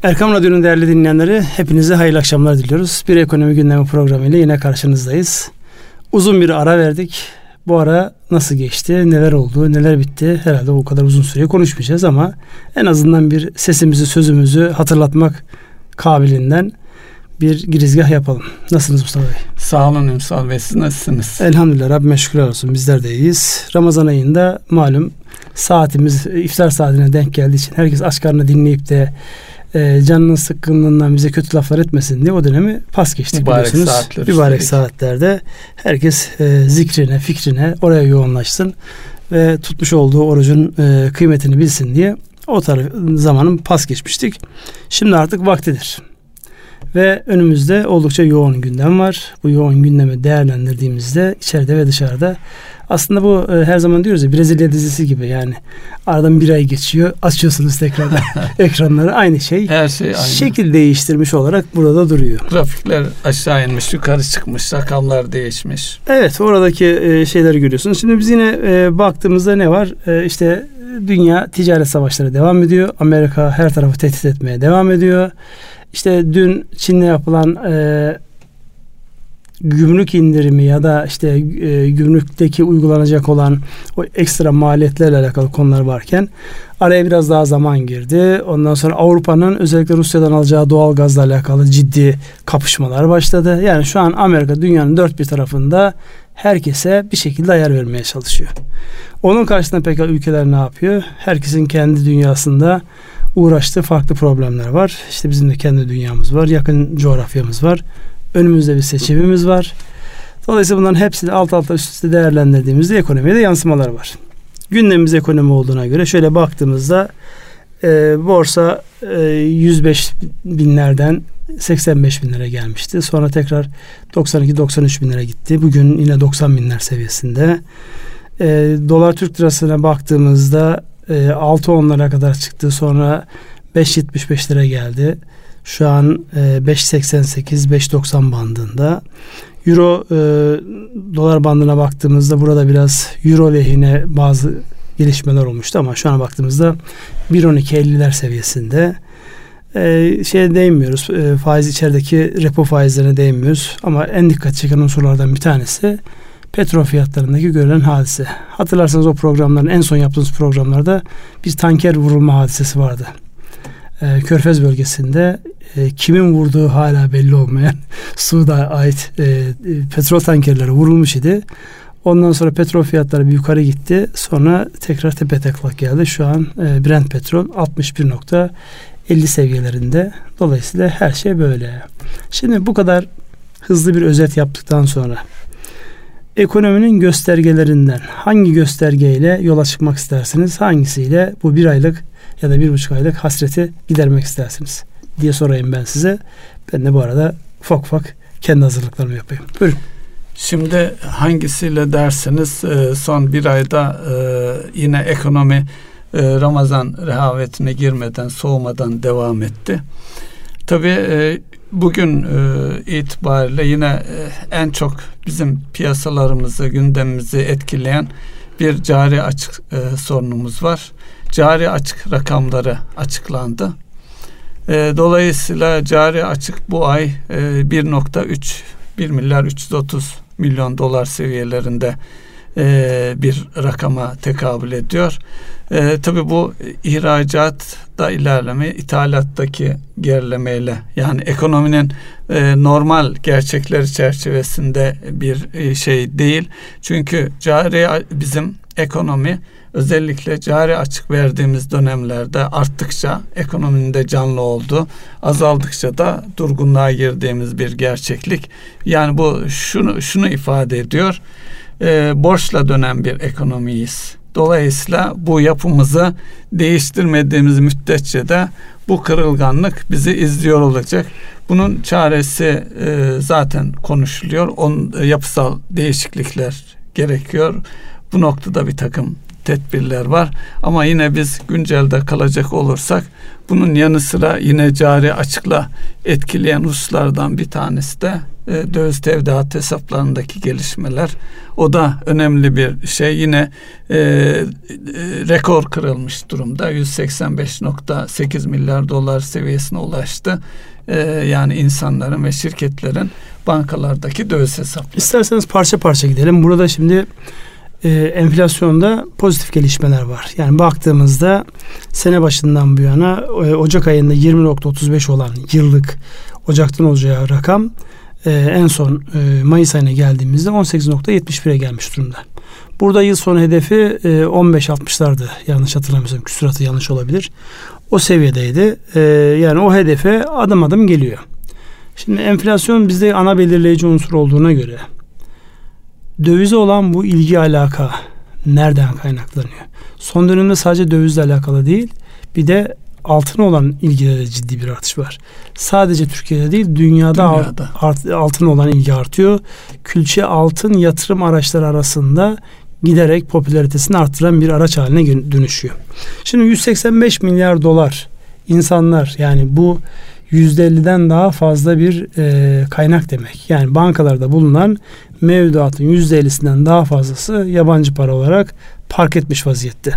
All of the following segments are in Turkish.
Erkam Radyo'nun değerli dinleyenleri, hepinize hayırlı akşamlar diliyoruz. Bir ekonomi gündemi programıyla yine karşınızdayız. Uzun bir ara verdik. Bu ara nasıl geçti, neler oldu, neler bitti? Herhalde o kadar uzun süre konuşmayacağız ama en azından bir sesimizi, sözümüzü hatırlatmak kabiliğinden bir girizgah yapalım. Nasılsınız Mustafa Bey? Sağ olun Ünsal Bey, siz nasılsınız? Elhamdülillah, Rabbime şükürler olsun, bizler de iyiyiz. Ramazan ayında malum saatimiz iftar saatine denk geldiği için herkes aç karnına dinleyip de canının sıkkınlığından bize kötü laflar etmesin diye o dönemi pas geçtik, mübarek biliyorsunuz. Mübarek saatlerde herkes zikrine, fikrine oraya yoğunlaşsın ve tutmuş olduğu orucun kıymetini bilsin diye o zamanın pas geçmiştik. Şimdi artık vaktidir. Ve önümüzde oldukça yoğun gündem var. Bu yoğun gündemi değerlendirdiğimizde içeride ve dışarıda aslında bu her zaman diyoruz ya, Brezilya dizisi gibi, yani aradan bir ay geçiyor, açıyorsunuz tekrar ekranları, aynı şey. Her şey aynı. Şekil değiştirmiş olarak burada duruyor. Grafikler aşağı inmiş, yukarı çıkmış, rakamlar değişmiş. Evet, oradaki şeyleri görüyorsunuz. Şimdi biz yine baktığımızda ne var? İşte dünya ticaret savaşları devam ediyor. Amerika her tarafı tehdit etmeye devam ediyor. İşte dün Çin'le yapılan gümrük indirimi ya da işte gümrükteki uygulanacak olan o ekstra maliyetlerle alakalı konular varken araya biraz daha zaman girdi. Ondan sonra Avrupa'nın özellikle Rusya'dan alacağı doğal gazla alakalı ciddi kapışmalar başladı. Yani şu an Amerika dünyanın dört bir tarafında herkese bir şekilde ayar vermeye çalışıyor. Onun karşısında peki ülkeler ne yapıyor? Herkesin kendi dünyasında uğraştığı farklı problemler var. İşte bizim de kendi dünyamız var, yakın coğrafyamız var. Önümüzde bir seçimimiz var. Dolayısıyla bunların hepsini alt alta üst üste değerlendirdiğimizde ekonomiye de yansımalar var. Gündemimiz ekonomi olduğuna göre şöyle baktığımızda borsa 105 binlerden 85 binlere gelmişti. Sonra tekrar 92-93 binlere gitti. Bugün yine 90 binler seviyesinde. Dolar Türk lirasına baktığımızda 6.10'lara kadar çıktı. Sonra 5.75 lira geldi. Şu an 5.88-5.90 bandında. Euro dolar bandına baktığımızda burada biraz euro lehine bazı gelişmeler olmuştu ama şu an baktığımızda 1.12.50'ler seviyesinde. Şeye değinmiyoruz. Faiz, içerideki repo faizlerine değinmiyoruz. Ama en dikkat çeken unsurlardan bir tanesi petrol fiyatlarındaki görülen hadise. Hatırlarsanız o programların, en son yaptığımız programlarda bir tanker vurulma hadisesi vardı. Körfez bölgesinde kimin vurduğu hala belli olmayan Suud'a ait petrol tankerleri vurulmuş idi. Ondan sonra petrol fiyatları bir yukarı gitti. Sonra tekrar tepetaklak geldi. Şu an Brent petrol 61.50 seviyelerinde. Dolayısıyla her şey böyle. Şimdi bu kadar hızlı bir özet yaptıktan sonra ekonominin göstergelerinden hangi göstergeyle yola çıkmak istersiniz? Hangisiyle bu bir aylık ya da 1,5 aylık hasreti gidermek istersiniz diye sorayım ben size. Ben de bu arada ufak ufak kendi hazırlıklarımı yapayım. Buyurun. Şimdi hangisiyle derseniz son bir ayda yine ekonomi Ramazan rehavetine girmeden, soğumadan devam etti. Tabii bugün itibariyle yine en çok bizim piyasalarımızı, gündemimizi etkileyen bir cari açık sorunumuz var. Cari açık rakamları açıklandı. Dolayısıyla cari açık bu ay 1 milyar 330 milyon dolar seviyelerinde bir rakama tekabül ediyor. Tabii bu ihracatta ilerleme, ithalattaki gerilemeyle, yani ekonominin normal gerçekleri çerçevesinde bir şey değil. Çünkü bizim ekonomi özellikle cari açık verdiğimiz dönemlerde arttıkça ekonominin de canlı olduğu, azaldıkça da durgunluğa girdiğimiz bir gerçeklik. Yani bu şunu ifade ediyor. Borçla dönen bir ekonomiyiz. Dolayısıyla bu yapımızı değiştirmediğimiz müddetçe de bu kırılganlık bizi izliyor olacak. Bunun çaresi zaten konuşuluyor. Yapısal değişiklikler gerekiyor. Bu noktada bir takım tedbirler var. Ama yine biz güncelde kalacak olursak bunun yanı sıra yine cari açıkla etkileyen hususlardan bir tanesi de döviz tevdiat hesaplarındaki gelişmeler. O da önemli bir şey. Yine rekor kırılmış durumda. 185.8 milyar dolar seviyesine ulaştı. Yani insanların ve şirketlerin bankalardaki döviz hesapları. İsterseniz parça parça gidelim. Burada şimdi enflasyonda pozitif gelişmeler var. Yani baktığımızda sene başından bu yana Ocak ayında 20.35 olan yıllık Ocak'tan olacağı rakam en son Mayıs ayına geldiğimizde 18.71'e gelmiş durumda. Burada yıl sonu hedefi 15.60'lardı. Yanlış hatırlamıyorsam, küsuratı yanlış olabilir. O seviyedeydi. Yani o hedefe adım adım geliyor. Şimdi enflasyon bizde ana belirleyici unsur olduğuna göre dövize olan bu ilgi alaka nereden kaynaklanıyor? Son dönemde sadece dövizle alakalı değil, bir de altına olan ilgide de ciddi bir artış var. Sadece Türkiye'de değil, dünyada. Altına olan ilgi artıyor. Külçe altın yatırım araçları arasında giderek popülaritesini arttıran bir araç haline dönüşüyor. Şimdi 185 milyar dolar insanlar, yani bu %50'den daha fazla bir kaynak demek. Yani bankalarda bulunan mevduatın %50'sinden daha fazlası yabancı para olarak park etmiş vaziyette.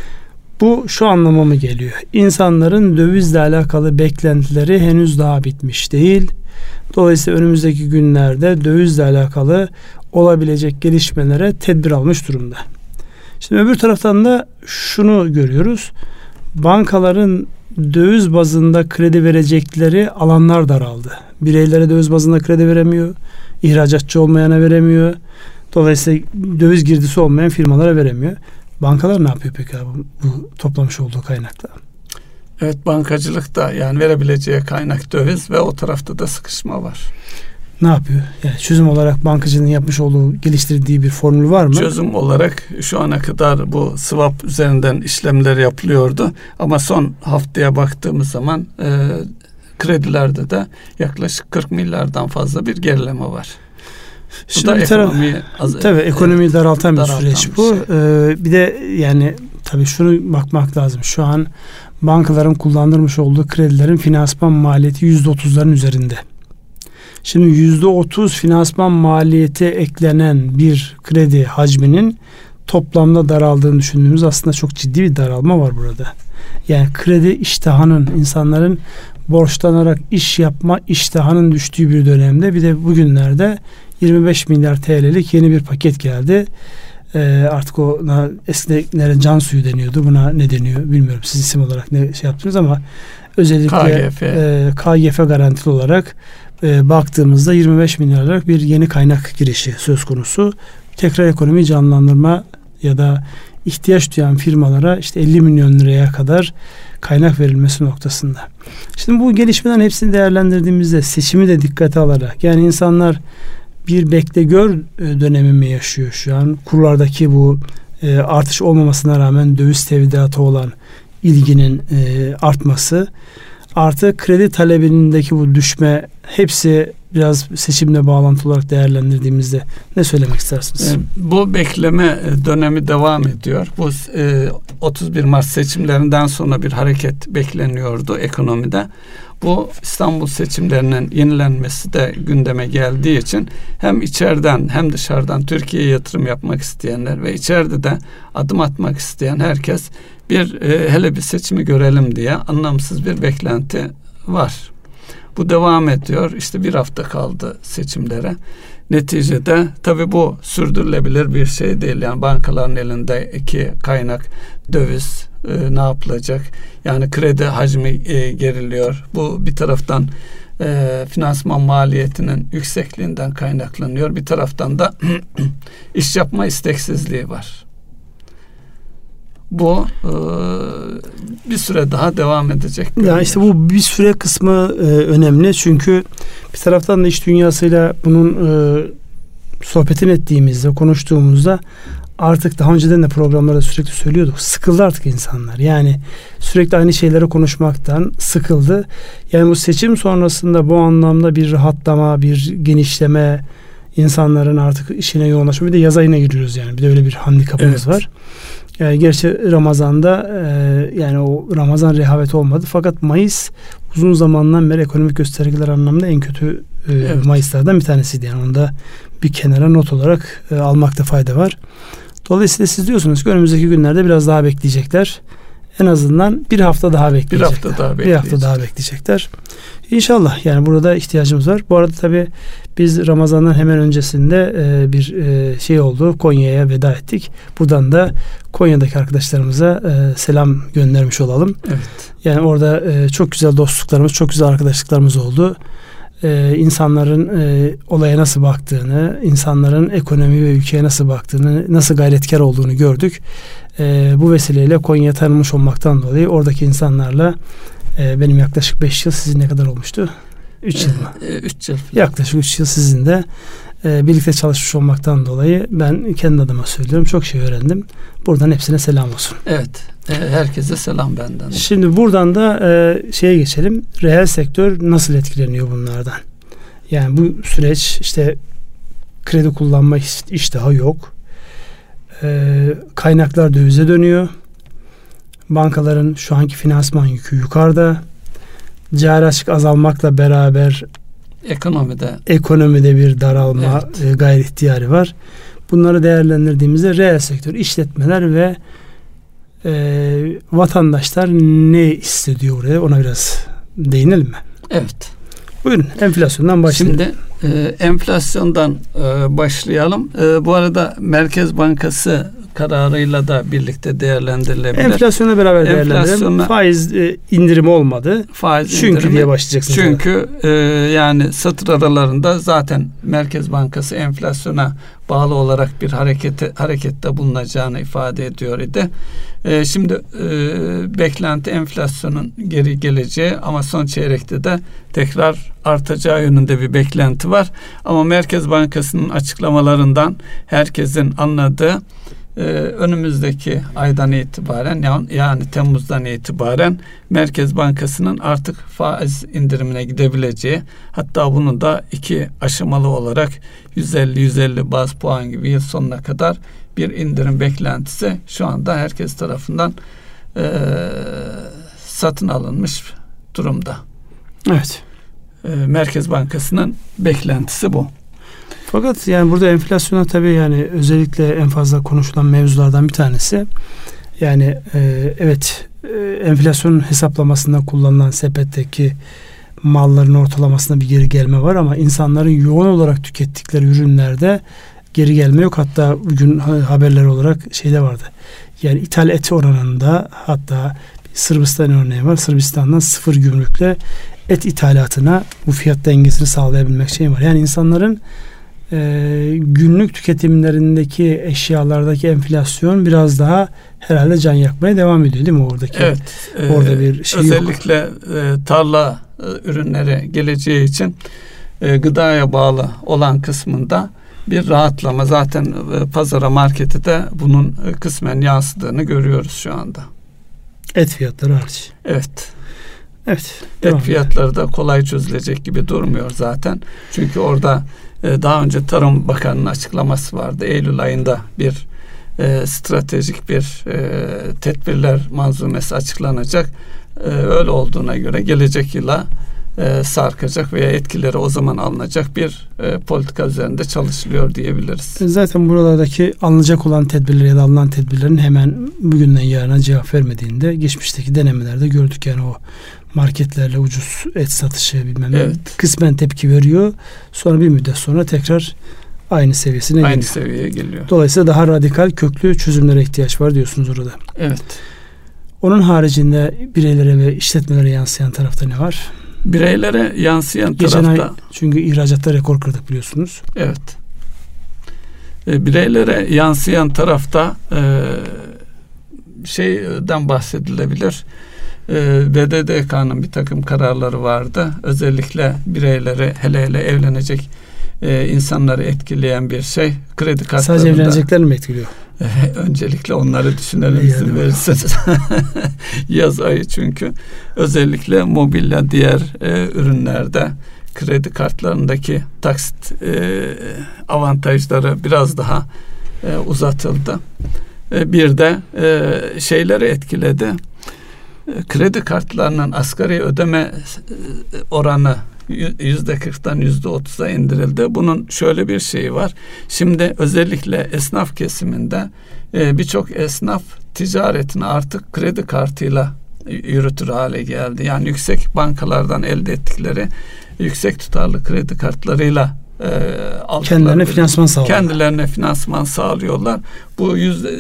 Bu şu anlama mı geliyor? İnsanların dövizle alakalı beklentileri henüz daha bitmiş değil. Dolayısıyla önümüzdeki günlerde dövizle alakalı olabilecek gelişmelere tedbir almış durumda. Şimdi öbür taraftan da şunu görüyoruz. Bankaların döviz bazında kredi verecekleri alanlar daraldı. Bireylere döviz bazında kredi veremiyor. İhracatçı olmayana veremiyor. Dolayısıyla döviz girdisi olmayan firmalara veremiyor. Bankalar ne yapıyor peki abi bu toplamış olduğu kaynakla? Evet, bankacılıkta yani verebileceği kaynak döviz ve o tarafta da sıkışma var. Ne yapıyor? Yani çözüm olarak bankacılığın yapmış olduğu, geliştirdiği bir formül var mı? Çözüm olarak şu ana kadar bu swap üzerinden işlemler yapılıyordu. Ama son haftaya baktığımız zaman kredilerde de yaklaşık 40 milyardan fazla bir gerileme var. Şimdi ekonomiyi daraltan bir süreç bu. Bir de yani tabii şunu bakmak lazım. Şu an bankaların kullandırmış olduğu kredilerin finansman maliyeti %30'ların üzerinde. Şimdi %30 finansman maliyeti eklenen bir kredi hacminin toplamda daraldığını düşündüğümüz aslında çok ciddi bir daralma var burada. Yani kredi iştahının, insanların borçlanarak iş yapma iştahının düştüğü bir dönemde, bir de bugünlerde 25 milyar TL'lik yeni bir paket geldi. Artık ona eskiden can suyu deniyordu. Buna ne deniyor bilmiyorum. Siz isim olarak ne yaptınız ama özellikle KGF garantili olarak baktığımızda 25 milyarlık bir yeni kaynak girişi söz konusu. Tekrar ekonomiyi canlandırma ya da ihtiyaç duyan firmalara işte 50 milyon liraya kadar kaynak verilmesi noktasında. Şimdi bu gelişmelerin hepsini değerlendirdiğimizde seçimi de dikkate alarak, yani insanlar bir bekle gör dönemi mi yaşıyor şu an? Kurlardaki bu artış olmamasına rağmen döviz tevdiatı olan ilginin artması, artı kredi talebindeki bu düşme, hepsi biraz seçimle bağlantılı olarak değerlendirdiğimizde ne söylemek istersiniz? Bu bekleme dönemi devam ediyor. Bu 31 Mart seçimlerinden sonra bir hareket bekleniyordu ekonomide. Bu İstanbul seçimlerinin yenilenmesi de gündeme geldiği için hem içeriden hem dışarıdan Türkiye'ye yatırım yapmak isteyenler ve içeride de adım atmak isteyen herkes hele bir seçimi görelim diye anlamsız bir beklenti var. Bu devam ediyor. İşte bir hafta kaldı seçimlere. Neticede tabii bu sürdürülebilir bir şey değil. Yani bankaların elindeki kaynak döviz ne yapılacak? Yani kredi hacmi geriliyor. Bu bir taraftan finansman maliyetinin yüksekliğinden kaynaklanıyor. Bir taraftan da iş yapma isteksizliği var. Bu bir süre daha devam edecek. Ya işte bu bir süre kısmı önemli. Çünkü bir taraftan da iş dünyasıyla bunun sohbetini ettiğimizde, konuştuğumuzda artık daha önceden de programlarda sürekli söylüyorduk. Sıkıldı artık insanlar. Yani sürekli aynı şeyleri konuşmaktan sıkıldı. Yani bu seçim sonrasında bu anlamda bir rahatlama, bir genişleme, insanların artık işine yoğunlaşma. Bir de yaz ayına giriyoruz yani. Bir de öyle bir handikapımız var. Gerçi Ramazan'da yani o Ramazan rehaveti olmadı. Fakat Mayıs uzun zamandan beri ekonomik göstergeler anlamında en kötü Mayıslardan bir tanesiydi. Yani onu da bir kenara not olarak almakta fayda var. Dolayısıyla siz diyorsunuz ki önümüzdeki günlerde biraz daha bekleyecekler. En azından bir hafta daha bekleyecekler. Bir hafta daha bekleyecekler. İnşallah yani burada ihtiyacımız var. Bu arada tabii biz Ramazan'dan hemen öncesinde bir şey oldu. Konya'ya veda ettik. Buradan da Konya'daki arkadaşlarımıza selam göndermiş olalım. Evet. Yani orada çok güzel dostluklarımız, çok güzel arkadaşlıklarımız oldu. İnsanların olaya nasıl baktığını, insanların ekonomi ve ülkeye nasıl baktığını, nasıl gayretkar olduğunu gördük. Bu vesileyle Konya'ya tanınmış olmaktan dolayı oradaki insanlarla benim yaklaşık 5 yıl, sizin ne kadar olmuştu? 3 yıl mı? 3 yıl. Yaklaşık 3 yıl sizin de birlikte çalışmış olmaktan dolayı ben kendi adıma söylüyorum. Çok şey öğrendim. Buradan hepsine selam olsun. Evet. Herkese selam benden. Şimdi buradan da şeye geçelim. Reel sektör nasıl etkileniyor bunlardan? Yani bu süreç işte kredi kullanma iştahı yok. Kaynaklar dövize dönüyor. Bankaların şu anki finansman yükü yukarıda. Cari açık azalmakla beraber ekonomide bir daralma gayri ihtiyari var. Bunları değerlendirdiğimizde reel sektör, işletmeler ve vatandaşlar ne hissediyor oraya? Ona biraz değinelim mi? Evet. Buyurun, enflasyondan başlayalım. Şimdi enflasyondan başlayalım. Bu arada Merkez Bankası kararıyla da birlikte değerlendirilebilir. Enflasyonla beraber değerlendirelim. Faiz indirimi olmadı. Çünkü diye başlayacaksınız. Çünkü yani satır aralarında zaten Merkez Bankası enflasyona bağlı olarak bir harekette bulunacağını ifade ediyor idi. Şimdi beklenti enflasyonun geri geleceği ama son çeyrekte de tekrar artacağı yönünde bir beklenti var. Ama Merkez Bankası'nın açıklamalarından herkesin anladığı önümüzdeki aydan itibaren yani Temmuz'dan itibaren Merkez Bankası'nın artık faiz indirimine gidebileceği, hatta bunu da 2 aşamalı olarak 150 baz puan gibi yıl sonuna kadar bir indirim beklentisi şu anda herkes tarafından satın alınmış durumda. Evet. Merkez Bankası'nın beklentisi bu. Fakat yani burada enflasyona tabii yani özellikle en fazla konuşulan mevzulardan bir tanesi. Yani evet enflasyonun hesaplamasında kullanılan sepetteki malların ortalamasında bir geri gelme var ama insanların yoğun olarak tükettikleri ürünlerde geri gelme yok. Hatta bugün haberler olarak şeyde vardı. Yani ithal et oranında, hatta Sırbistan örneği var. Sırbistan'dan 0 gümrükle et ithalatına bu fiyat dengesini sağlayabilmek şey var. Yani insanların günlük tüketimlerindeki eşyalardaki enflasyon biraz daha herhalde can yakmaya devam ediyor değil mi oradaki? Evet. Orada bir şey özellikle yok. Tarla ürünleri geleceği için gıdaya bağlı olan kısmında bir rahatlama, zaten pazara, markete de bunun kısmen yansıdığını görüyoruz şu anda. Et fiyatları hariç. Evet. Evet. Et fiyatları da kolay çözülecek gibi durmuyor zaten. Çünkü orada daha önce Tarım Bakanı'nın açıklaması vardı. Eylül ayında bir stratejik bir tedbirler manzumesi açıklanacak. Öyle olduğuna göre gelecek yıla sarkacak veya etkileri o zaman alınacak bir politika üzerinde çalışılıyor diyebiliriz. Zaten buralardaki alınacak olan tedbirler ya da alınan tedbirlerin hemen bugünden yarına cevap vermediğinde geçmişteki denemelerde gördük. Yani o marketlerle ucuz et satışı bilmem ne kısmen tepki veriyor. Sonra bir müddet sonra tekrar aynı seviyeye geliyor. Dolayısıyla daha radikal, köklü çözümlere ihtiyaç var diyorsunuz orada. Evet. Onun haricinde bireylere ve işletmelere yansıyan tarafta ne var? Bireylere yansıyan Geçen tarafta... ay çünkü ihracatta rekor kırdık biliyorsunuz. Evet. Bireylere yansıyan tarafta şeyden bahsedilebilir. BDDK'nın bir takım kararları vardı. Özellikle bireylere, hele evlenecek insanları etkileyen bir şey. Kredi kartlarında. Sadece evlenecekler mi etkiliyor? Öncelikle onları düşünelim, izin verirseniz. Yaz ayı çünkü. Özellikle mobilya, diğer ürünlerde kredi kartlarındaki taksit avantajları biraz daha uzatıldı. Bir de şeyleri etkiledi. Kredi kartlarının asgari ödeme oranı %40'dan %30'a indirildi. Bunun şöyle bir şeyi var. Şimdi özellikle esnaf kesiminde birçok esnaf ticaretini artık kredi kartıyla yürütür hale geldi. Yani yüksek bankalardan elde ettikleri yüksek tutarlı kredi kartlarıyla kendilerine finansman sağlıyorlar. Bu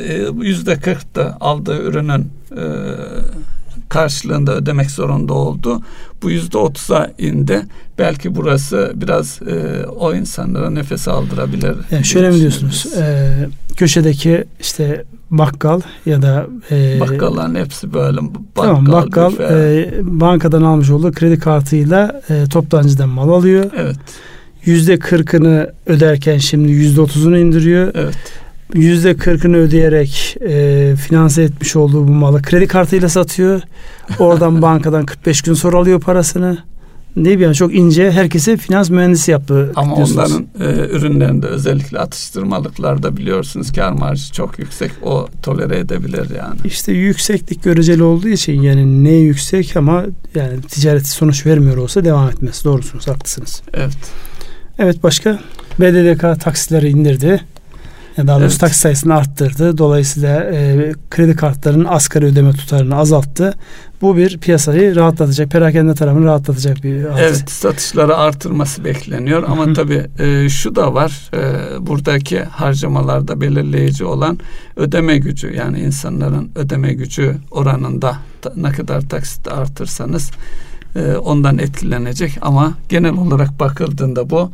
%40'da aldığı ürünün karşılığında ödemek zorunda oldu. Bu %30'a indi. Belki burası biraz o insanlara nefes aldırabilir. Yani şöyle mi diyorsunuz? Köşedeki işte bakkal ya da bakkalların hepsi böyle bakkal bankadan almış olduğu kredi kartıyla toptancıdan mal alıyor. Evet. %40'ını öderken şimdi %30'unu indiriyor. Evet. %40'ını ödeyerek finanse etmiş olduğu bu malı kredi kartıyla satıyor. Oradan bankadan 45 gün sonra alıyor parasını. Ne bileyim yani çok ince, herkese finans mühendisi yaptı. Ama onların ürünlerinde özellikle atıştırmalıklarda biliyorsunuz kâr marjı çok yüksek. O tolere edebilir yani. İşte yükseklik göreceli olduğu için yani ne yüksek ama yani ticareti sonuç vermiyor olsa devam etmesi. Doğrusunuz, haklısınız. Evet. Evet, başka? BDDK taksitleri indirdi. Daha doğrusu taksit sayısını arttırdı. Dolayısıyla kredi kartlarının asgari ödeme tutarını azalttı. Bu bir piyasayı rahatlatacak, perakende tarafını rahatlatacak bir hadise. Evet, satışları artırması bekleniyor. Ama tabii şu da var. Buradaki harcamalarda belirleyici olan ödeme gücü. Yani insanların ödeme gücü oranında ne kadar taksit artırsanız ondan etkilenecek. Ama genel olarak bakıldığında bu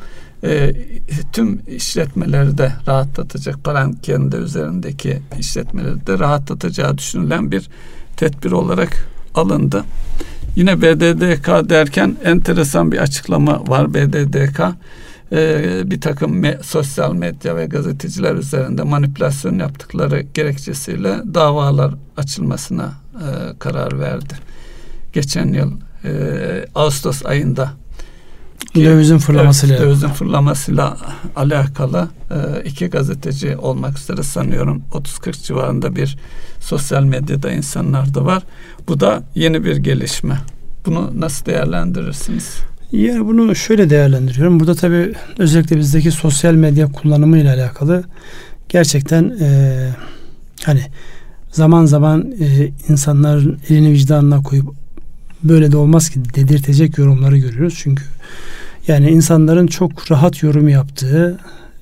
tüm işletmeleri de rahatlatacak, parakende üzerindeki işletmeleri de rahatlatacağı düşünülen bir tedbir olarak alındı. Yine BDDK derken enteresan bir açıklama var. BDDK bir takım sosyal medya ve gazeteciler üzerinde manipülasyon yaptıkları gerekçesiyle davalar açılmasına karar verdi. Geçen yıl Ağustos ayında dövizin fırlamasıyla alakalı iki gazeteci olmak üzere sanıyorum 30-40 civarında bir sosyal medyada insanlar da var. Bu da yeni bir gelişme. Bunu nasıl değerlendirirsiniz? Yani bunu şöyle değerlendiriyorum. Burada tabii özellikle bizdeki sosyal medya kullanımı ile alakalı gerçekten hani zaman zaman insanların elini vicdanına koyup böyle de olmaz ki dedirtecek yorumları görüyoruz. Çünkü yani insanların çok rahat yorum yaptığı,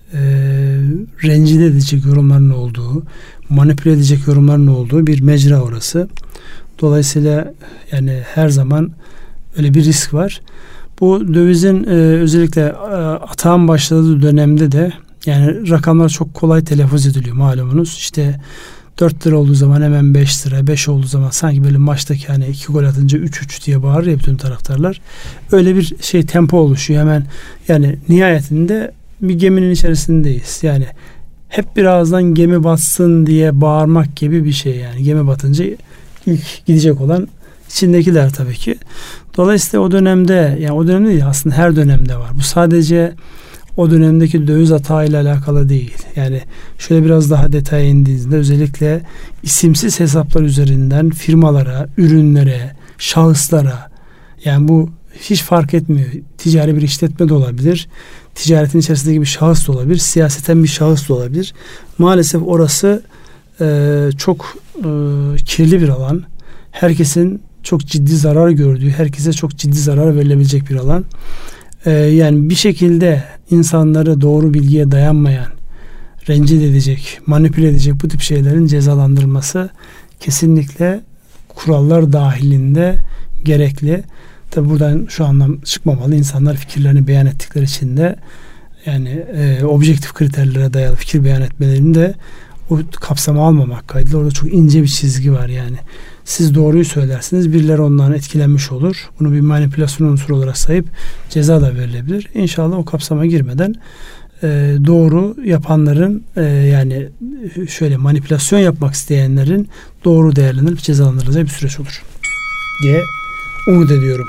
rencide edecek yorumların olduğu, manipüle edecek yorumların olduğu bir mecra orası. Dolayısıyla yani her zaman öyle bir risk var. Bu dövizin özellikle atağın başladığı dönemde de yani rakamlar çok kolay telaffuz ediliyor malumunuz. İşte 4 lira olduğu zaman hemen 5 lira, 5 olduğu zaman sanki böyle maçtaki hani 2 gol atınca 3-3 diye bağırır ya bütün taraftarlar. Öyle bir tempo oluşuyor hemen. Yani nihayetinde bir geminin içerisindeyiz. Yani hep bir ağızdan gemi batsın diye bağırmak gibi bir şey yani. Gemi batınca ilk gidecek olan içindekiler tabii ki. Dolayısıyla o dönemde, yani o dönemde değil aslında her dönemde var. Bu sadece o dönemdeki döviz hatağıyla alakalı değil. Yani şöyle biraz daha detaya indiğinizde özellikle isimsiz hesaplar üzerinden firmalara, ürünlere, şahıslara, yani bu hiç fark etmiyor. Ticari bir işletme de olabilir. Ticaretin içerisindeki bir şahıs da olabilir. Siyaseten bir şahıs da olabilir. Maalesef orası çok kirli bir alan. Herkesin çok ciddi zarar gördüğü, herkese çok ciddi zarar verilebilecek bir alan. Yani bir şekilde insanları doğru bilgiye dayanmayan, rencide edecek, manipüle edecek bu tip şeylerin cezalandırılması kesinlikle kurallar dahilinde gerekli. Tabi buradan şu anlam çıkmamalı. İnsanlar fikirlerini beyan ettikleri için de yani objektif kriterlere dayalı fikir beyan etmelerini de o kapsama almamak kaydıyla orada çok ince bir çizgi var yani. Siz doğruyu söylersiniz, birileri ondan etkilenmiş olur. Bunu bir manipülasyon unsuru olarak sayıp ceza da verilebilir. İnşallah o kapsama girmeden doğru yapanların yani şöyle manipülasyon yapmak isteyenlerin doğru değerlendirilip cezalandırılacağı bir süreç olur diye umut ediyorum.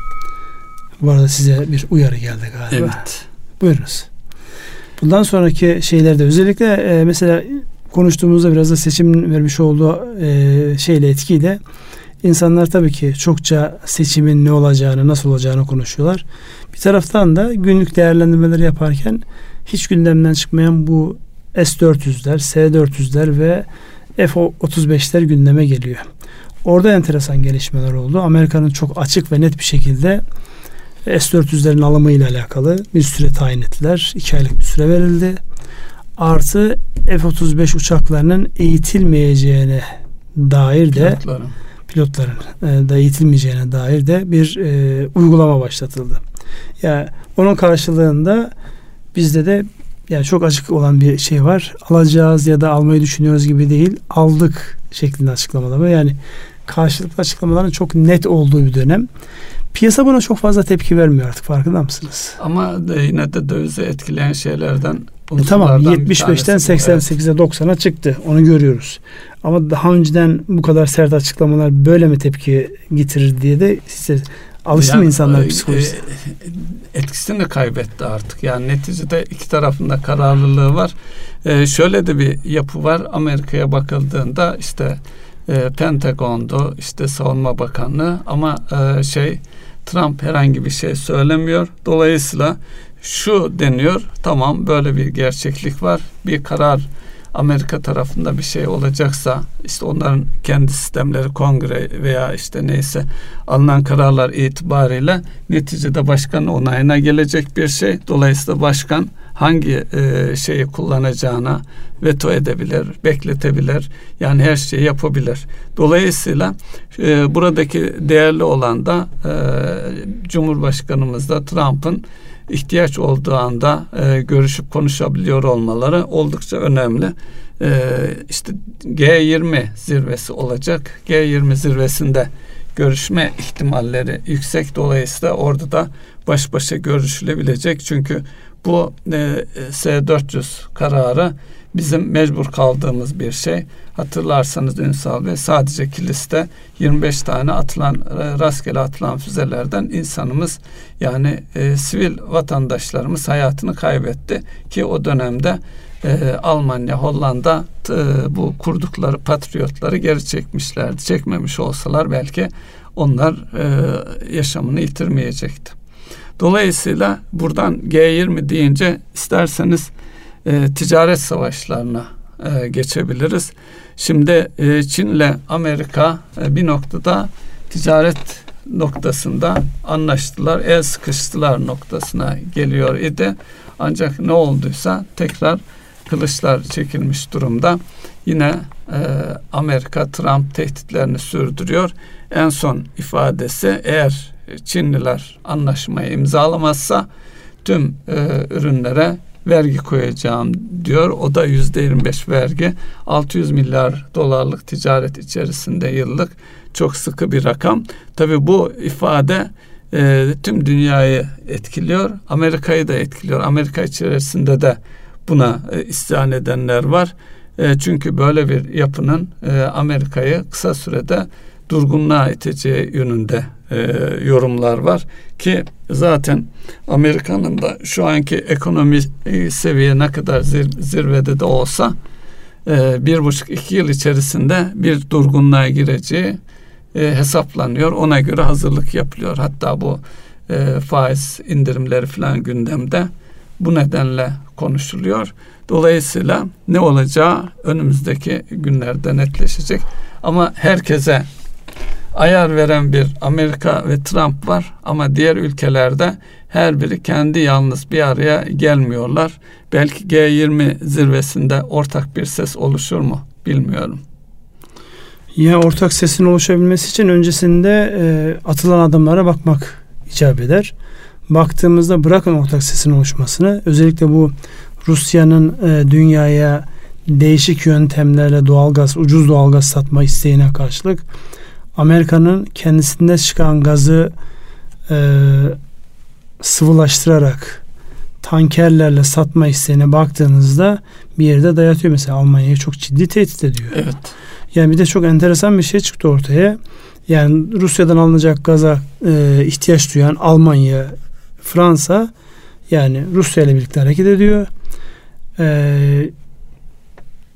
Bu arada size bir uyarı geldi galiba. Evet. Buyurunuz. Bundan sonraki şeylerde özellikle mesela konuştuğumuzda biraz da seçim vermiş olduğu şeyle, etkiyle insanlar tabii ki çokça seçimin ne olacağını, nasıl olacağını konuşuyorlar. Bir taraftan da günlük değerlendirmeleri yaparken hiç gündemden çıkmayan bu S-400'ler, S-400'ler ve F-35'ler gündeme geliyor. Orada enteresan gelişmeler oldu. Amerika'nın çok açık ve net bir şekilde S-400'lerin alımıyla alakalı bir süre tayin ettiler. 2 aylık bir süre verildi. Artı F-35 uçaklarının eğitilmeyeceğine dair de pilotların da eğitilmeyeceğine dair de bir uygulama başlatıldı. Yani onun karşılığında bizde de yani çok açık olan bir şey var. Alacağız ya da almayı düşünüyoruz gibi değil, aldık şeklinde açıklamalar var. Yani karşılıklı açıklamaların çok net olduğu bir dönem. Piyasa buna çok fazla tepki vermiyor artık, farkında mısınız? Ama yine de dövizi etkileyen şeylerden tamam, 75'ten 88'e 90'a çıktı. Onu görüyoruz. Ama daha önceden bu kadar sert açıklamalar böyle mi tepki getirir diye de alıştı mı insanlar psikolojisi? Etkisini kaybetti artık. Yani neticede iki tarafında kararlılığı var. Şöyle de bir yapı var. Amerika'ya bakıldığında işte Pentagon'du, işte Savunma Bakanlığı, ama Trump herhangi bir şey söylemiyor. Dolayısıyla şu deniyor, tamam böyle bir gerçeklik var. Bir karar Amerika tarafında bir şey olacaksa, işte onların kendi sistemleri, kongre veya işte neyse alınan kararlar itibariyle neticede başkanın onayına gelecek bir şey. Dolayısıyla başkan hangi şeyi kullanacağına veto edebilir, bekletebilir. Yani her şeyi yapabilir. Dolayısıyla buradaki değerli olan da Cumhurbaşkanımız da Trump'ın ihtiyaç olduğu anda görüşüp konuşabiliyor olmaları oldukça önemli. İşte G20 zirvesi olacak. G20 zirvesinde görüşme ihtimalleri yüksek. Dolayısıyla orada da baş başa görüşülebilecek. Çünkü bu S-400 kararı bizim mecbur kaldığımız bir şey. Hatırlarsanız Ünsal Bey, sadece Kilis'te 25 tane rastgele atılan füzelerden insanımız, yani sivil vatandaşlarımız hayatını kaybetti ki o dönemde Almanya, Hollanda bu kurdukları patriotları geri çekmişlerdi. Çekmemiş olsalar belki onlar yaşamını yitirmeyecekti. Dolayısıyla buradan G20 deyince isterseniz ticaret savaşlarına geçebiliriz. Şimdi Çin'le Amerika bir noktada ticaret noktasında anlaştılar, el sıkıştılar noktasına geliyor idi. Ancak ne olduysa tekrar kılıçlar çekilmiş durumda. Yine Amerika Trump tehditlerini sürdürüyor. En son ifadesi, eğer Çinliler anlaşmayı imzalamazsa tüm ürünlere vergi koyacağım diyor. O da %25 vergi. 600 milyar dolarlık ticaret içerisinde yıllık, çok sıkı bir rakam. Tabii bu ifade tüm dünyayı etkiliyor. Amerika'yı da etkiliyor. Amerika içerisinde de buna isyan edenler var. Çünkü böyle bir yapının Amerika'yı kısa sürede durgunluğa iteceği yönünde yorumlar var ki zaten Amerika'nın da şu anki ekonomi seviye ne kadar zirvede de olsa 1,5-2 yıl içerisinde bir durgunluğa gireceği hesaplanıyor. Ona göre hazırlık yapılıyor. Hatta bu faiz indirimleri falan gündemde. Bu nedenle konuşuluyor. Dolayısıyla ne olacağı önümüzdeki günlerde netleşecek. Ama herkese ayar veren bir Amerika ve Trump var, ama diğer ülkelerde her biri kendi yalnız bir araya gelmiyorlar. Belki G20 zirvesinde ortak bir ses oluşur mu bilmiyorum. Ya ortak sesin oluşabilmesi için öncesinde atılan adımlara bakmak icap eder. Baktığımızda bırakın ortak sesin oluşmasını, özellikle bu Rusya'nın dünyaya değişik yöntemlerle doğalgaz, ucuz doğalgaz satma isteğine karşılık Amerika'nın kendisinde çıkan gazı sıvılaştırarak tankerlerle satma isteğine baktığınızda bir yerde dayatıyor. Mesela Almanya'yı çok ciddi tehdit ediyor. Evet. Yani bir de çok enteresan bir şey çıktı ortaya. Yani Rusya'dan alınacak gaza ihtiyaç duyan Almanya, Fransa, yani Rusya ile birlikte hareket ediyor.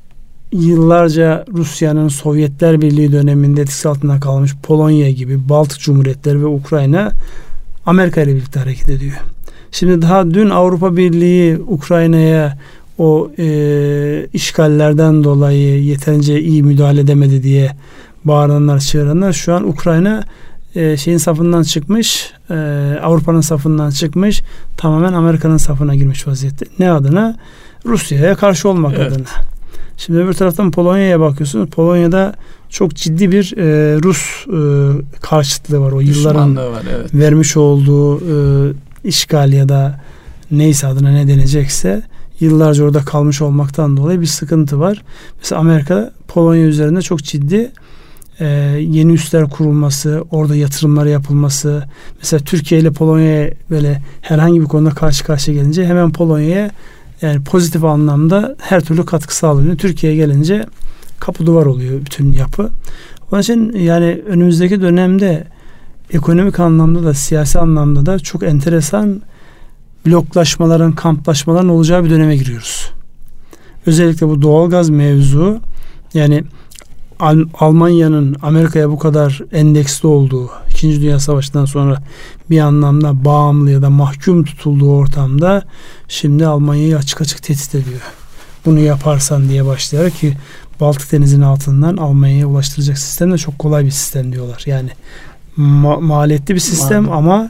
yıllarca Rusya'nın Sovyetler Birliği döneminde etkisi altında kalmış Polonya gibi Baltık Cumhuriyetleri ve Ukrayna Amerika ile birlikte hareket ediyor. Şimdi daha dün Avrupa Birliği Ukrayna'ya o işgallerden dolayı yeterince iyi müdahale edemedi diye bağıranlar, çığıranlar, şu an Ukrayna şeyin safından çıkmış, Avrupa'nın safından çıkmış, tamamen Amerika'nın safına girmiş vaziyette. Ne adına? Rusya'ya karşı olmak adına. Şimdi öbür taraftan Polonya'ya bakıyorsunuz. Polonya'da çok ciddi bir Rus karşıtlığı var. O yılların var, evet. Vermiş olduğu işgal ya da neyse adına ne denecekse yıllarca orada kalmış olmaktan dolayı bir sıkıntı var. Mesela Amerika Polonya üzerinde çok ciddi yeni üsler kurulması, orada yatırımlar yapılması. Mesela Türkiye ile Polonya'ya böyle herhangi bir konuda karşı karşıya gelince hemen Polonya'ya yani pozitif anlamda her türlü katkı sağlanıyor. Türkiye'ye gelince kapı duvar oluyor bütün yapı. Onun için yani önümüzdeki dönemde ekonomik anlamda da siyasi anlamda da çok enteresan bloklaşmaların, kamplaşmaların olacağı bir döneme giriyoruz. Özellikle bu doğalgaz mevzu, yani Almanya'nın Amerika'ya bu kadar endeksli olduğu, 2. Dünya Savaşı'ndan sonra bir anlamda bağımlı ya da mahkum tutulduğu ortamda şimdi Almanya'yı açık açık tehdit ediyor. Bunu yaparsan diye başlayarak, ki Baltık Denizi'nin altından Almanya'ya ulaştıracak sistem de çok kolay bir sistem diyorlar. Yani maliyetli bir sistem ama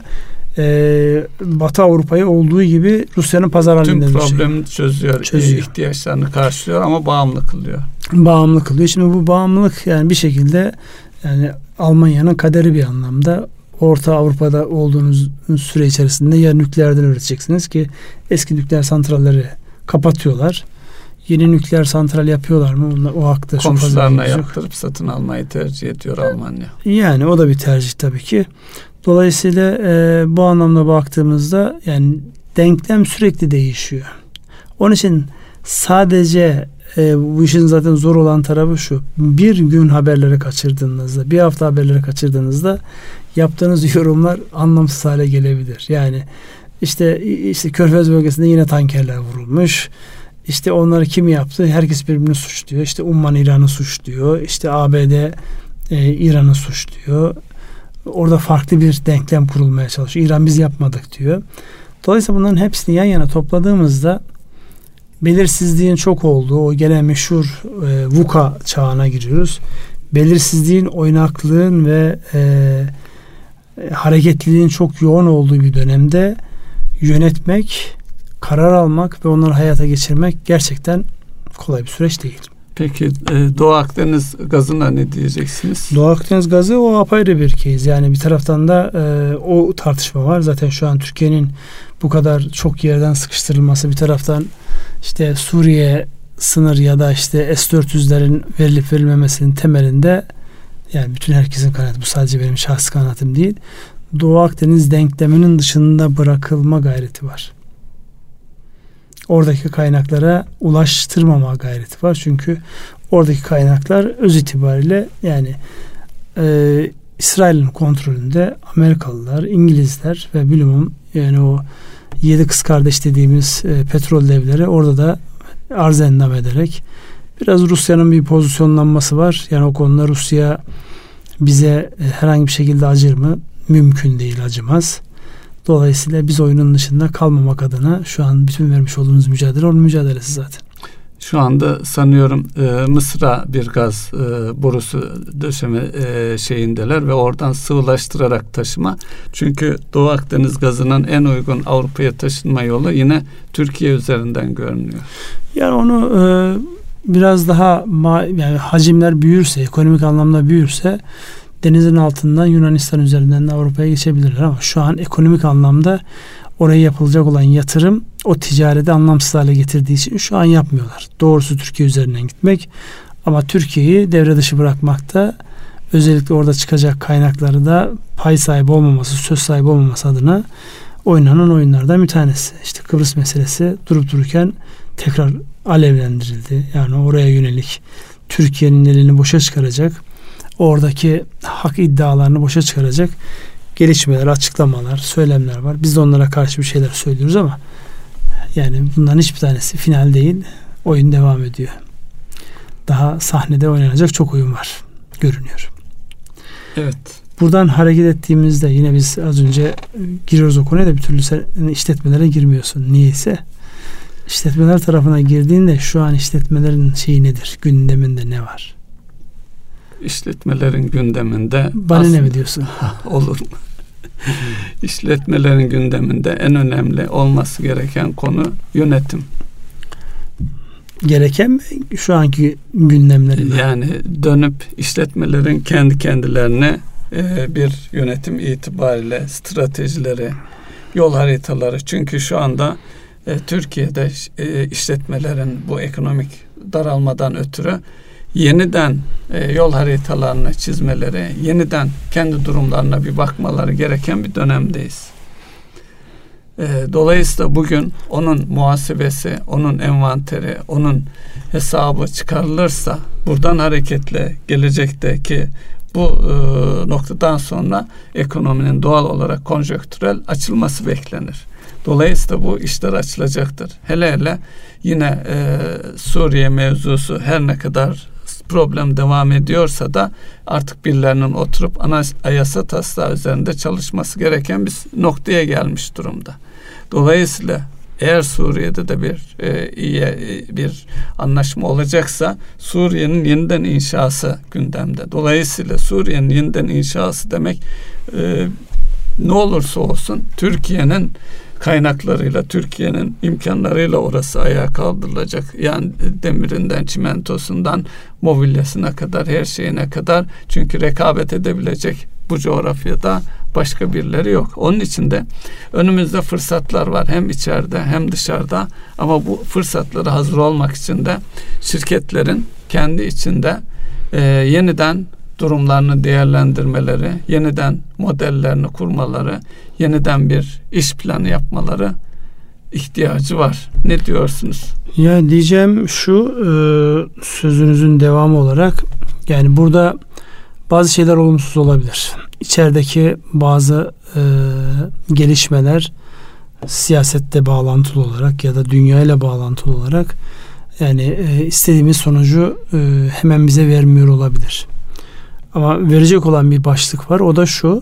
Batı Avrupa'yı olduğu gibi Rusya'nın pazar halinde tüm problemi çözüyor. İhtiyaçlarını karşılıyor ama bağımlı kılıyor. Bağımlı kılıyor. Şimdi bu bağımlılık yani bir şekilde yani Almanya'nın kaderi bir anlamda. Orta Avrupa'da olduğunuz süre içerisinde ya nükleerden üreteceksiniz ki eski nükleer santralleri kapatıyorlar. Yeni nükleer santral yapıyorlar mı? O hakta komşularına yaptırıp satın almayı tercih ediyor Almanya. Yani o da bir tercih tabii ki. Dolayısıyla bu anlamda baktığımızda yani denklem sürekli değişiyor. Onun için sadece bu işin zaten zor olan tarafı şu: bir gün haberleri kaçırdığınızda, bir hafta haberleri kaçırdığınızda yaptığınız yorumlar anlamsız hale gelebilir. Yani işte Körfez bölgesinde yine tankerler vurulmuş. İşte onları kim yaptı? Herkes birbirini suçluyor. İşte Umman İran'ı suçluyor. İşte ABD İran'ı suçluyor. Orada farklı bir denklem kurulmaya çalışıyor. İran biz yapmadık diyor. Dolayısıyla bunların hepsini yan yana topladığımızda belirsizliğin çok olduğu o gene meşhur VUCA çağına giriyoruz. Belirsizliğin, oynaklığın ve hareketliliğin çok yoğun olduğu bir dönemde yönetmek, karar almak ve onları hayata geçirmek gerçekten kolay bir süreç değil. Peki Doğu Akdeniz gazına ne diyeceksiniz? Doğu Akdeniz gazı o apayrı bir kez. Yani bir taraftan da o tartışma var. Zaten şu an Türkiye'nin bu kadar çok yerden sıkıştırılması, bir taraftan işte Suriye sınır ya da işte S-400'lerin verilip verilmemesinin temelinde, yani bütün herkesin kanaatı, bu sadece benim şahsi kanaatim değil, Doğu Akdeniz denkleminin dışında bırakılma gayreti var. Oradaki kaynaklara ulaştırmama gayreti var. Çünkü oradaki kaynaklar öz itibariyle yani İsrail'in kontrolünde. Amerikalılar, İngilizler ve bilumum yani o 7 kız kardeş dediğimiz petrol devleri orada da arz endam ederek biraz Rusya'nın bir pozisyonlanması var. Yani o konuda Rusya bize herhangi bir şekilde acır mı? Mümkün değil, acımaz. Dolayısıyla biz oyunun dışında kalmamak adına şu an bütün vermiş olduğumuz mücadele onun mücadelesi zaten. Şu anda sanıyorum Mısır'a bir gaz borusu döşeme şeyindeler ve oradan sıvılaştırarak taşıma. Çünkü Doğu Akdeniz gazının en uygun Avrupa'ya taşınma yolu yine Türkiye üzerinden görünüyor. Yani onu biraz daha yani hacimler büyürse, ekonomik anlamda büyürse denizin altından Yunanistan üzerinden de Avrupa'ya geçebilirler, ama şu an ekonomik anlamda oraya yapılacak olan yatırım o ticareti anlamsız hale getirdiği için şu an yapmıyorlar. Doğrusu Türkiye üzerinden gitmek, ama Türkiye'yi devre dışı bırakmakta, özellikle orada çıkacak kaynakları da pay sahibi olmaması, söz sahibi olmaması adına oynanan oyunlardan bir tanesi. İşte Kıbrıs meselesi durup dururken tekrar alevlendirildi. Yani oraya yönelik Türkiye'nin elini boşa çıkaracak, oradaki hak iddialarını boşa çıkaracak gelişmeler, açıklamalar, söylemler var. Biz de onlara karşı bir şeyler söylüyoruz ama yani bunların hiçbir tanesi final değil. Oyun devam ediyor. daha sahnede oynanacak çok oyun var görünüyor. Evet. Buradan hareket ettiğimizde yine biz az önce giriyoruz o konuya da bir türlü sen işletmelere girmiyorsun. Niyeyse işletmeler tarafına girdiğinde şu an işletmelerin şeyi nedir? Gündeminde ne var? İşletmelerin gündeminde bana ne mi diyorsun? Olur mu? İşletmelerin gündeminde en önemli olması gereken konu yönetim. Gereken mi? Şu anki gündemlerinde. Yani dönüp işletmelerin kendi kendilerine bir yönetim itibariyle stratejileri, yol haritaları. Çünkü şu anda Türkiye'de işletmelerin bu ekonomik daralmadan ötürü yeniden yol haritalarını çizmeleri, yeniden kendi durumlarına bir bakmaları gereken bir dönemdeyiz. Dolayısıyla bugün onun muhasebesi, onun envanteri, onun hesabı çıkarılırsa buradan hareketle gelecekteki bu noktadan sonra ekonominin doğal olarak konjonktürel açılması beklenir. Dolayısıyla bu işler açılacaktır. Hele hele yine Suriye mevzusu her ne kadar problem devam ediyorsa da artık birilerinin oturup anayasa taslağı üzerinde çalışması gereken bir noktaya gelmiş durumda. Dolayısıyla eğer Suriye'de de bir anlaşma olacaksa Suriye'nin yeniden inşası gündemde. Dolayısıyla Suriye'nin yeniden inşası demek ne olursa olsun Türkiye'nin kaynaklarıyla, Türkiye'nin imkanlarıyla orası ayağa kaldırılacak. Yani demirinden, çimentosundan, mobilyasına kadar, her şeyine kadar. Çünkü rekabet edebilecek bu coğrafyada başka birileri yok. Onun için de önümüzde fırsatlar var. Hem içeride hem dışarıda. Ama bu fırsatlara hazır olmak için de şirketlerin kendi içinde yeniden durumlarını değerlendirmeleri, yeniden modellerini kurmaları, yeniden bir iş planı yapmaları ihtiyacı var. Ne diyorsunuz? Ya diyeceğim şu, sözünüzün devamı olarak, yani burada bazı şeyler olumsuz olabilir. İçerideki bazı gelişmeler siyasette bağlantılı olarak ya da dünyayla bağlantılı olarak yani istediğimiz sonucu hemen bize vermiyor olabilir. Ama verecek olan bir başlık var. O da şu: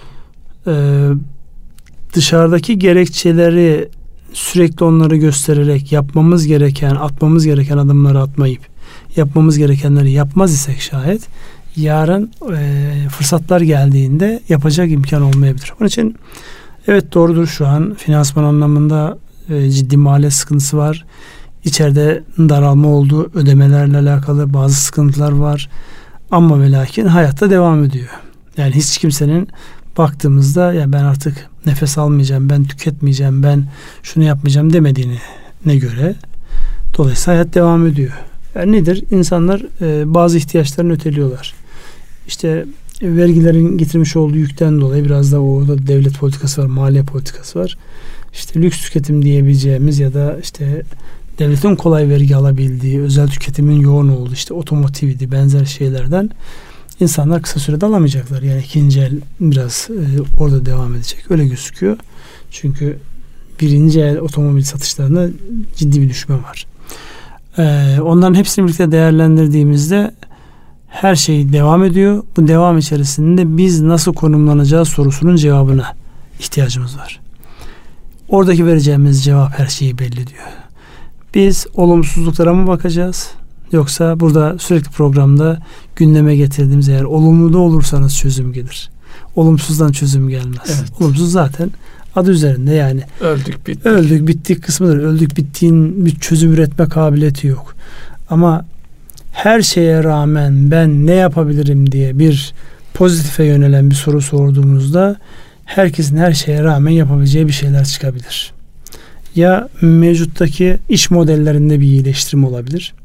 dışarıdaki gerekçeleri sürekli onları göstererek yapmamız gereken, atmamız gereken adımları atmayıp yapmamız gerekenleri yapmaz isek şayet yarın fırsatlar geldiğinde yapacak imkan olmayabilir. Onun için evet, doğrudur, şu an finansman anlamında ciddi maliyet sıkıntısı var. İçeride daralma oldu. Ödemelerle alakalı bazı sıkıntılar var. Ama ve lakin hayatta devam ediyor. Yani hiç kimsenin baktığımızda ya ben artık nefes almayacağım, ben tüketmeyeceğim, ben şunu yapmayacağım demediğine göre dolayısıyla hayat devam ediyor. Yani nedir? İnsanlar bazı ihtiyaçlarını öteliyorlar. İşte vergilerin getirmiş olduğu yükten dolayı biraz da orada devlet politikası var, maliye politikası var. İşte lüks tüketim diyebileceğimiz ya da işte devletin kolay vergi alabildiği, özel tüketimin yoğun olduğu, işte otomotivdi, benzer şeylerden insanlar kısa sürede alamayacaklar. Yani ikinci el biraz orada devam edecek. Öyle gözüküyor. Çünkü birinci el otomobil satışlarında ciddi bir düşme var. Onların hepsini birlikte değerlendirdiğimizde her şey devam ediyor. Bu devam içerisinde biz nasıl konumlanacağız sorusunun cevabına ihtiyacımız var. Oradaki vereceğimiz cevap her şeyi belli diyor. Biz olumsuzluklara mı bakacağız? Yoksa burada sürekli programda gündeme getirdiğimiz, eğer olumlu da olursanız çözüm gelir. Olumsuzdan çözüm gelmez. Evet. Olumsuz zaten adı üzerinde, yani öldük bittik. Öldük bittik kısmıdır. Öldük bittiğin bir çözüm üretme kabiliyeti yok. Ama her şeye rağmen ben ne yapabilirim diye bir pozitife yönelen bir soru sorduğumuzda herkesin her şeye rağmen yapabileceği bir şeyler çıkabilir. Ya mevcuttaki iş modellerinde bir iyileştirme olabilir.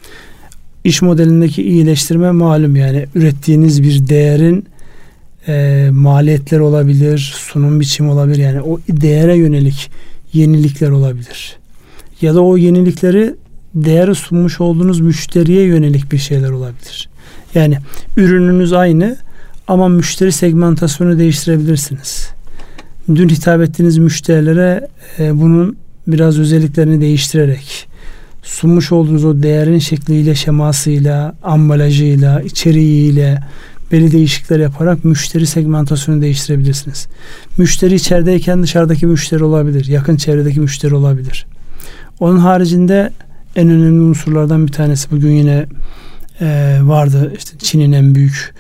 İş modelindeki iyileştirme malum, yani ürettiğiniz bir değerin maliyetler olabilir, sunum biçimi olabilir. Yani o değere yönelik yenilikler olabilir. Ya da o yenilikleri değeri sunmuş olduğunuz müşteriye yönelik bir şeyler olabilir. Yani ürününüz aynı ama müşteri segmentasyonu değiştirebilirsiniz. Dün hitap ettiğiniz müşterilere bunun biraz özelliklerini değiştirerek sunmuş olduğunuz o değerin şekliyle, şemasıyla, ambalajıyla, içeriğiyle belli değişiklikler yaparak müşteri segmentasyonu değiştirebilirsiniz. Müşteri içerideyken dışarıdaki müşteri olabilir. Yakın çevredeki müşteri olabilir. Onun haricinde en önemli unsurlardan bir tanesi bugün yine vardı. İşte Çin'in en büyük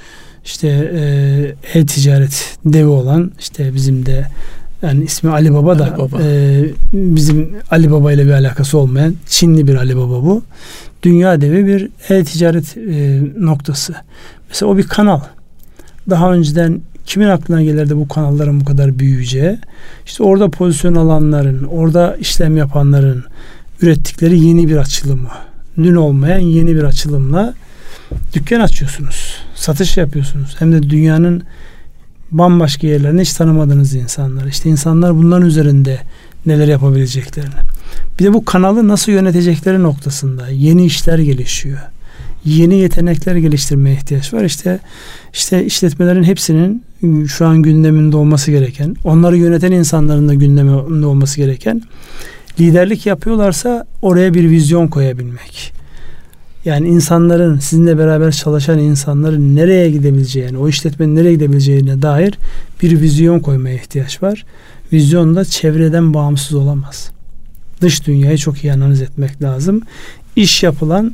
e-ticaret devi olan, işte bizim de yani ismi Alibaba da bizim Alibaba ile bir alakası olmayan Çinli bir Alibaba bu. Dünya devi bir e-ticaret noktası. Mesela o bir kanal. Daha önceden kimin aklına gelirdi bu kanalların bu kadar büyüyeceği? İşte orada pozisyon alanların, orada işlem yapanların ürettikleri yeni bir açılımı. Dün olmayan yeni bir açılımla dükkan açıyorsunuz. Satış yapıyorsunuz. Hem de dünyanın bambaşka yerlerine hiç tanımadığınız insanlar. İşte insanlar bunların üzerinde neler yapabileceklerini. Bir de bu kanalı nasıl yönetecekleri noktasında yeni işler gelişiyor. Yeni yetenekler geliştirmeye ihtiyaç var. İşte işletmelerin hepsinin şu an gündeminde olması gereken, onları yöneten insanların da gündeminde olması gereken, liderlik yapıyorlarsa oraya bir vizyon koyabilmek. Yani insanların, sizinle beraber çalışan insanların nereye gidebileceğini, o işletmenin nereye gidebileceğine dair bir vizyon koymaya ihtiyaç var. Vizyon da çevreden bağımsız olamaz. Dış dünyayı çok iyi analiz etmek lazım. İş yapılan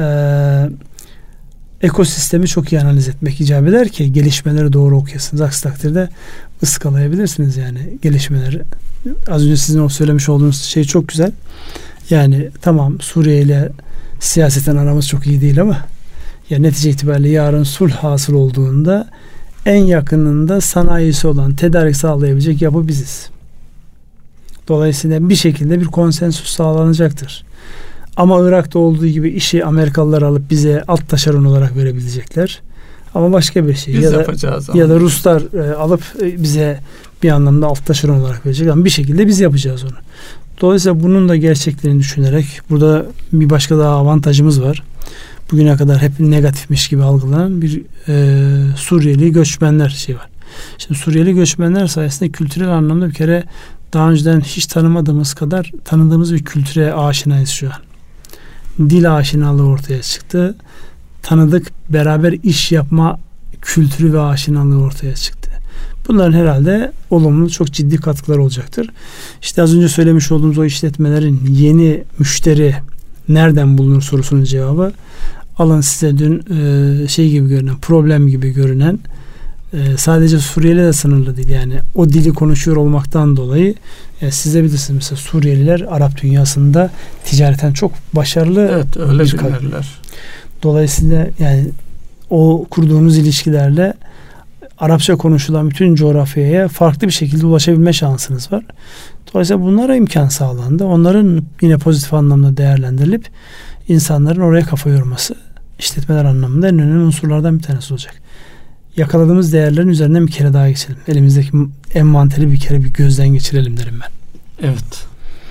ekosistemi çok iyi analiz etmek icap eder ki gelişmeleri doğru okuyasınız. Aksi takdirde ıskalayabilirsiniz yani gelişmeleri. Az önce sizin o söylemiş olduğunuz şey çok güzel. Yani tamam, Suriye ile siyaseten aramız çok iyi değil ama ya netice itibariyle yarın sulh hasıl olduğunda en yakınında sanayisi olan, tedarik sağlayabilecek yapı biziz. Dolayısıyla bir şekilde bir konsensüs sağlanacaktır. Ama Irak'ta olduğu gibi işi Amerikalılar alıp bize alt taşeron olarak verebilecekler. Ama başka bir şey. Ya da Ruslar alıp bize bir anlamda alt taşeron olarak verecek. Ama bir şekilde biz yapacağız onu. Dolayısıyla bunun da gerçeklerini düşünerek burada bir başka daha avantajımız var. Bugüne kadar hep negatifmiş gibi algılanan bir Suriyeli göçmenler şey var. Şimdi Suriyeli göçmenler sayesinde kültürel anlamda bir kere daha önceden hiç tanımadığımız kadar tanıdığımız bir kültüre aşinayız şu an. Dil aşinalığı ortaya çıktı. Tanıdık, beraber iş yapma kültürü ve aşinalığı ortaya çıktı. Bunların herhalde olumlu, çok ciddi katkılar olacaktır. İşte az önce söylemiş olduğumuz o işletmelerin yeni müşteri nereden bulunur sorusunun cevabı, alın size dün şey gibi görünen, problem gibi görünen, sadece Suriyeli de sınırlı değil. Yani o dili konuşuyor olmaktan dolayı siz de bilirsiniz mesela Suriyeliler Arap dünyasında ticareten çok başarılı. Evet, öyle bilirler. Dolayısıyla yani o kurduğunuz ilişkilerle Arapça konuşulan bütün coğrafyaya farklı bir şekilde ulaşabilme şansınız var. Dolayısıyla bunlara imkan sağlandı. Onların yine pozitif anlamda değerlendirilip insanların oraya kafa yorması işletmeler anlamında en önemli unsurlardan bir tanesi olacak. Yakaladığımız değerlerin üzerinden bir kere daha geçelim. Elimizdeki envanteri bir kere bir gözden geçirelim derim ben. Evet.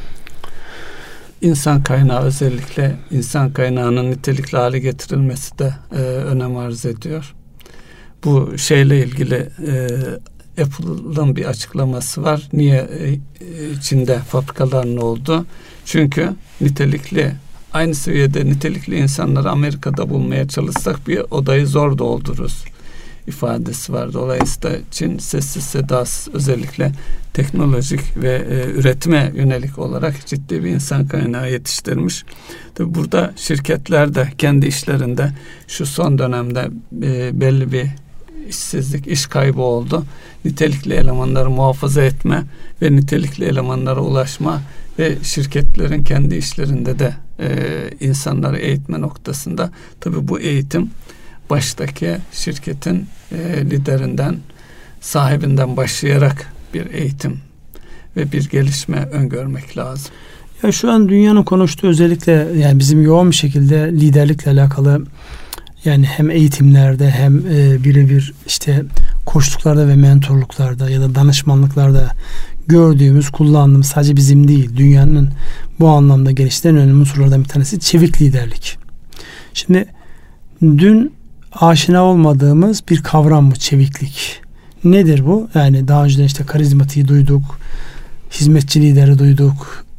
İnsan kaynağı, özellikle insan kaynağının nitelikli hale getirilmesi de önem arz ediyor. Bu şeyle ilgili Apple'ın bir açıklaması var. Niye Çin'de fabrikaların oldu? Çünkü nitelikli, aynı seviyede nitelikli insanları Amerika'da bulmaya çalışsak bir odayı zor doldururuz ifadesi var. Dolayısıyla Çin sessiz sedasız özellikle teknolojik ve üretime yönelik olarak ciddi bir insan kaynağı yetiştirmiş. Tabii burada şirketler de kendi işlerinde şu son dönemde belli bir işsizlik, iş kaybı oldu. Nitelikli elemanları muhafaza etme ve nitelikli elemanlara ulaşma ve şirketlerin kendi işlerinde de insanları eğitme noktasında tabii bu eğitim baştaki şirketin liderinden, sahibinden başlayarak bir eğitim ve bir gelişme öngörmek lazım. Ya şu an dünyanın konuştuğu özellikle yani bizim yoğun bir şekilde liderlikle alakalı yani hem eğitimlerde hem birebir işte koçluklarda ve mentorluklarda ya da danışmanlıklarda gördüğümüz, kullandığımız sadece bizim değil dünyanın bu anlamda geliştiren önemli unsurlardan bir tanesi çevik liderlik. Şimdi dün aşina olmadığımız bir kavram bu çeviklik. Nedir bu? Yani daha önceden işte karizmatiği duyduk, hizmetçi lideri duyduk,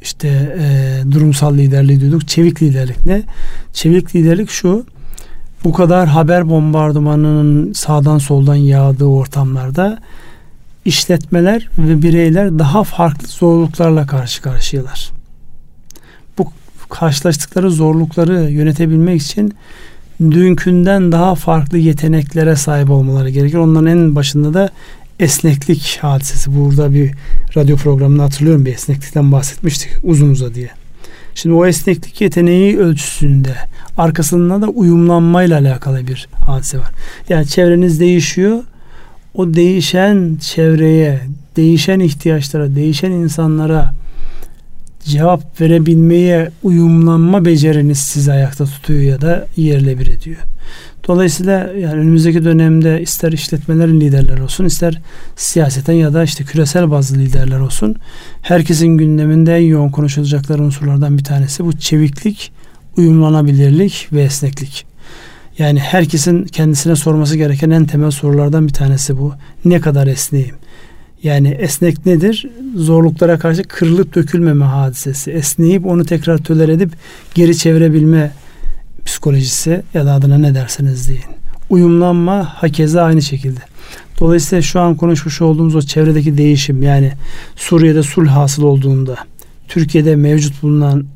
işte durumsal liderliği diyorduk. Çevik liderlik ne? Çevik liderlik şu: bu kadar haber bombardımanının sağdan soldan yağdığı ortamlarda işletmeler ve bireyler daha farklı zorluklarla karşı karşıyalar. Bu karşılaştıkları zorlukları yönetebilmek için dünkünden daha farklı yeteneklere sahip olmaları gerekir. Onların en başında da esneklik hadisesi. Burada bir radyo programında hatırlıyorum, bir esneklikten bahsetmiştik uzun uzadıya. Şimdi o esneklik yeteneği ölçüsünde arkasında da uyumlanmayla alakalı bir hadise var. Yani çevreniz değişiyor. O değişen çevreye, değişen ihtiyaçlara, değişen insanlara cevap verebilmeye uyumlanma beceriniz sizi ayakta tutuyor ya da yerle bir ediyor. Dolayısıyla yani önümüzdeki dönemde ister işletmelerin liderleri olsun, ister siyaseten ya da işte küresel bazı liderler olsun, herkesin gündeminde en yoğun konuşulacakları unsurlardan bir tanesi bu çeviklik, uyumlanabilirlik ve esneklik. Yani herkesin kendisine sorması gereken en temel sorulardan bir tanesi bu. Ne kadar esneyim? Yani esnek nedir? Zorluklara karşı kırılıp dökülmeme hadisesi. Esneyip onu tekrar tolere edip geri çevirebilme psikolojisi ya da adına ne derseniz deyin. Uyumlanma hakeza aynı şekilde. Dolayısıyla şu an konuşmuş olduğumuz o çevredeki değişim, yani Suriye'de sulh hasıl olduğunda Türkiye'de mevcut bulunan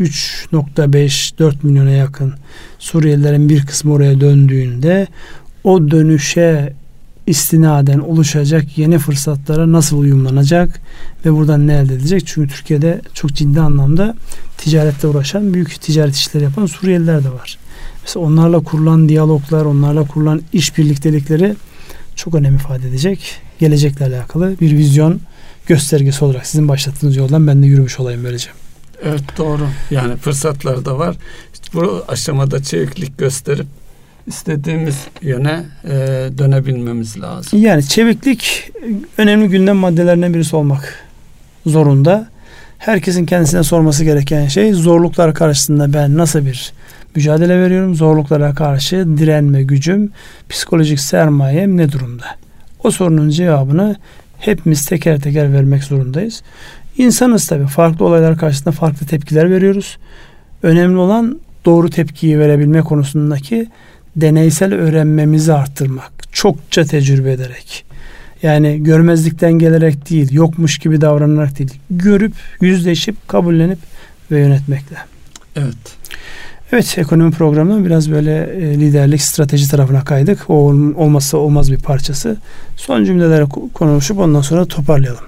3.5-4 milyona yakın Suriyelilerin bir kısmı oraya döndüğünde o dönüşe istinaden oluşacak yeni fırsatlara nasıl uyumlanacak ve buradan ne elde edecek? Çünkü Türkiye'de çok ciddi anlamda ticarette uğraşan, büyük ticaret işleri yapan Suriyeliler de var. Mesela onlarla kurulan diyaloglar, onlarla kurulan iş birliktelikleri çok önem ifade edecek. Gelecekle alakalı bir vizyon göstergesi olarak sizin başlattığınız yoldan ben de yürümüş olayım böylece. Evet, doğru. Yani fırsatlar da var. İşte bu aşamada çeviklik gösterip istediğimiz yöne dönebilmemiz lazım. Yani çeviklik önemli gündem maddelerinden birisi olmak zorunda. Herkesin kendisine sorması gereken şey, zorluklar karşısında ben nasıl bir mücadele veriyorum? Zorluklara karşı direnme gücüm, psikolojik sermayem ne durumda? O sorunun cevabını hepimiz teker teker vermek zorundayız. İnsanız tabii. Farklı olaylar karşısında farklı tepkiler veriyoruz. Önemli olan doğru tepkiyi verebilme konusundaki deneysel öğrenmemizi arttırmak. Çokça tecrübe ederek. Yani görmezlikten gelerek değil, yokmuş gibi davranarak değil. Görüp, yüzleşip, kabullenip ve yönetmekle. Evet. Evet, ekonomi programının biraz böyle liderlik, strateji tarafına kaydık. O olmazsa olmaz bir parçası. Son cümleleri konuşup ondan sonra toparlayalım.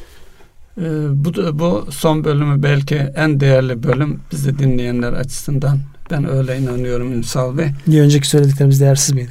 Bu son bölümü belki en değerli bölüm bizi dinleyenler açısından. Ben öyle inanıyorum Ünsal Bey. Bir önceki söylediklerimiz değersiz miydi?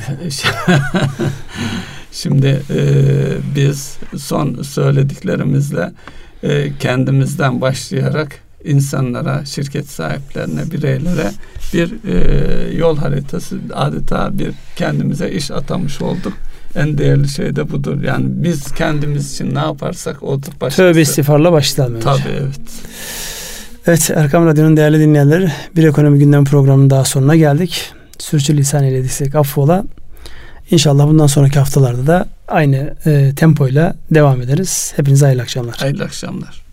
Şimdi biz son söylediklerimizle kendimizden başlayarak insanlara, şirket sahiplerine, bireylere bir yol haritası, adeta bir kendimize iş atamış olduk. En değerli şey de budur. Yani biz kendimiz için ne yaparsak odur. Tövbe istiğfarla başlayalım. Tabii, evet. Evet, Erkam Radyo'nun değerli dinleyenleri, bir ekonomi gündem programının daha sonuna geldik. Sürçülisan eylediysek affola. İnşallah bundan sonraki haftalarda da aynı tempoyla devam ederiz. Hepinize hayırlı akşamlar. Hayırlı akşamlar.